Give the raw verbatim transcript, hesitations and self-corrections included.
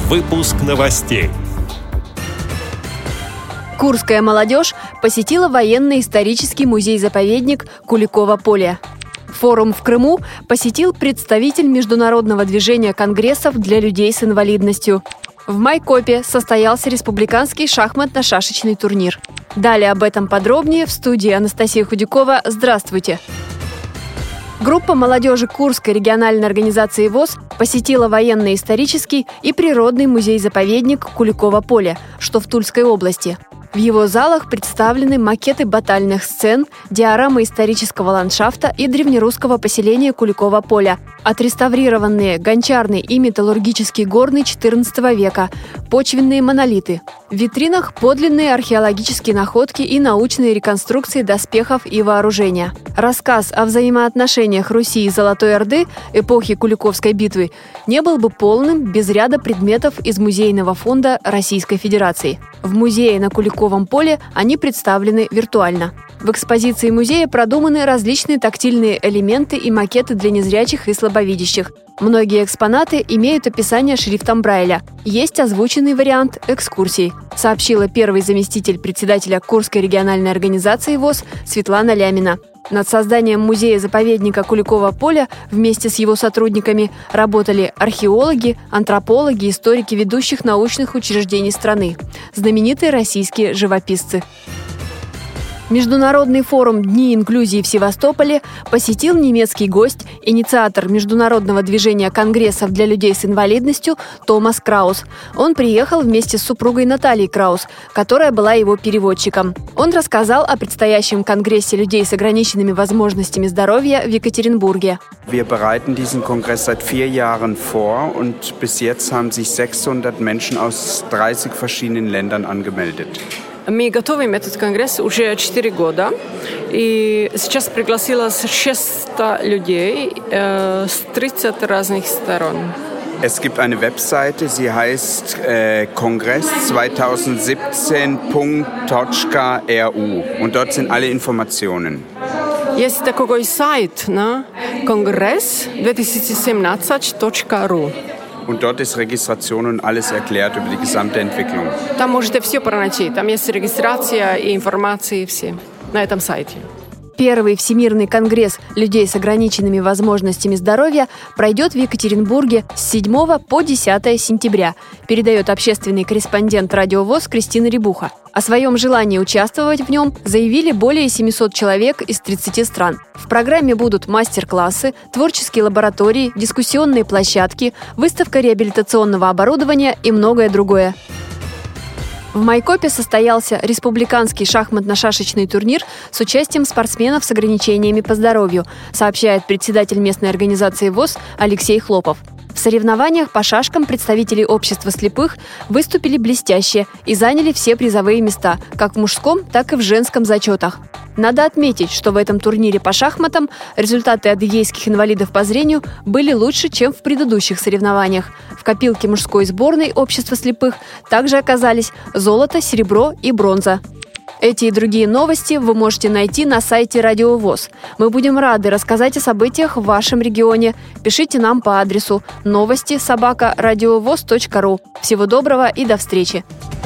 Выпуск новостей. Курская молодежь посетила военно-исторический музей-заповедник Куликово поле. Форум в Крыму посетил представитель международного движения конгрессов для людей с инвалидностью. В Майкопе состоялся республиканский шахматно-шашечный турнир. Далее об этом подробнее в студии Анастасия Худякова. Здравствуйте! Группа молодежи Курской региональной организации ВОС посетила военно-исторический и природный музей-заповедник Куликово поле, что в Тульской области. В его залах представлены макеты батальных сцен, диорамы исторического ландшафта и древнерусского поселения Куликово поля, отреставрированные гончарный и металлургический горный четырнадцатого века, почвенные монолиты. В витринах подлинные археологические находки и научные реконструкции доспехов и вооружения. Рассказ о взаимоотношениях Руси и Золотой Орды эпохи Куликовской битвы не был бы полным без ряда предметов из музейного фонда Российской Федерации. В музее на Куликовом поле они представлены виртуально. В экспозиции музея продуманы различные тактильные элементы и макеты для незрячих и слабовидящих. Многие экспонаты имеют описание шрифтом Брайля. Есть озвученный вариант экскурсий, сообщила первый заместитель председателя Курской региональной организации ВОС Светлана Лямина. Над созданием музея-заповедника Куликово поля вместе с его сотрудниками работали археологи, антропологи, историки ведущих научных учреждений страны, знаменитые российские живописцы. Международный форум «Дни инклюзии» в Севастополе посетил немецкий гость, инициатор международного движения конгрессов для людей с инвалидностью Томас Краус. Он приехал вместе с супругой Натальей Краус, которая была его переводчиком. Он рассказал о предстоящем конгрессе людей с ограниченными возможностями здоровья в Екатеринбурге. Wir bereiten diesen Kongress seit vier Jahren vor und bis jetzt haben sich sechshundert Menschen aus dreißig verschiedenen Ländern angemeldet. Мы готовим этот конгресс уже четыре года, и сейчас пригласилось шестьсот людей äh, с тридцати разных сторон. Es gibt eine Webseite, sie heißt äh, kongress zwanzig siebzehn punkt точка эр у und dort sind alle Informationen. Есть такой сайт, на конгресс две тысячи семнадцать точка ру. Und dort ist Registration und alles erklärt über die gesamte Entwicklung. Там можете все пройти. Там есть регистрация и информация все на этом сайте. Первый Всемирный конгресс людей с ограниченными возможностями здоровья пройдет в Екатеринбурге с седьмого по десятое сентября, передает общественный корреспондент Радио ВОС Кристина Рябуха. О своем желании участвовать в нем заявили более семисот человек из тридцати стран. В программе будут мастер-классы, творческие лаборатории, дискуссионные площадки, выставка реабилитационного оборудования и многое другое. В Майкопе состоялся республиканский шахматно-шашечный турнир с участием спортсменов с ограничениями по здоровью, сообщает председатель местной организации ВОС Алексей Хлопов. В соревнованиях по шашкам представители общества слепых выступили блестяще и заняли все призовые места, как в мужском, так и в женском зачетах. Надо отметить, что в этом турнире по шахматам результаты адыгейских инвалидов по зрению были лучше, чем в предыдущих соревнованиях. В копилке мужской сборной общества слепых также оказались золото, серебро и бронза. Эти и другие новости вы можете найти на сайте Радио ВОС. Мы будем рады рассказать о событиях в вашем регионе. Пишите нам по адресу новости собака радиовос точка ру. Всего доброго и до встречи!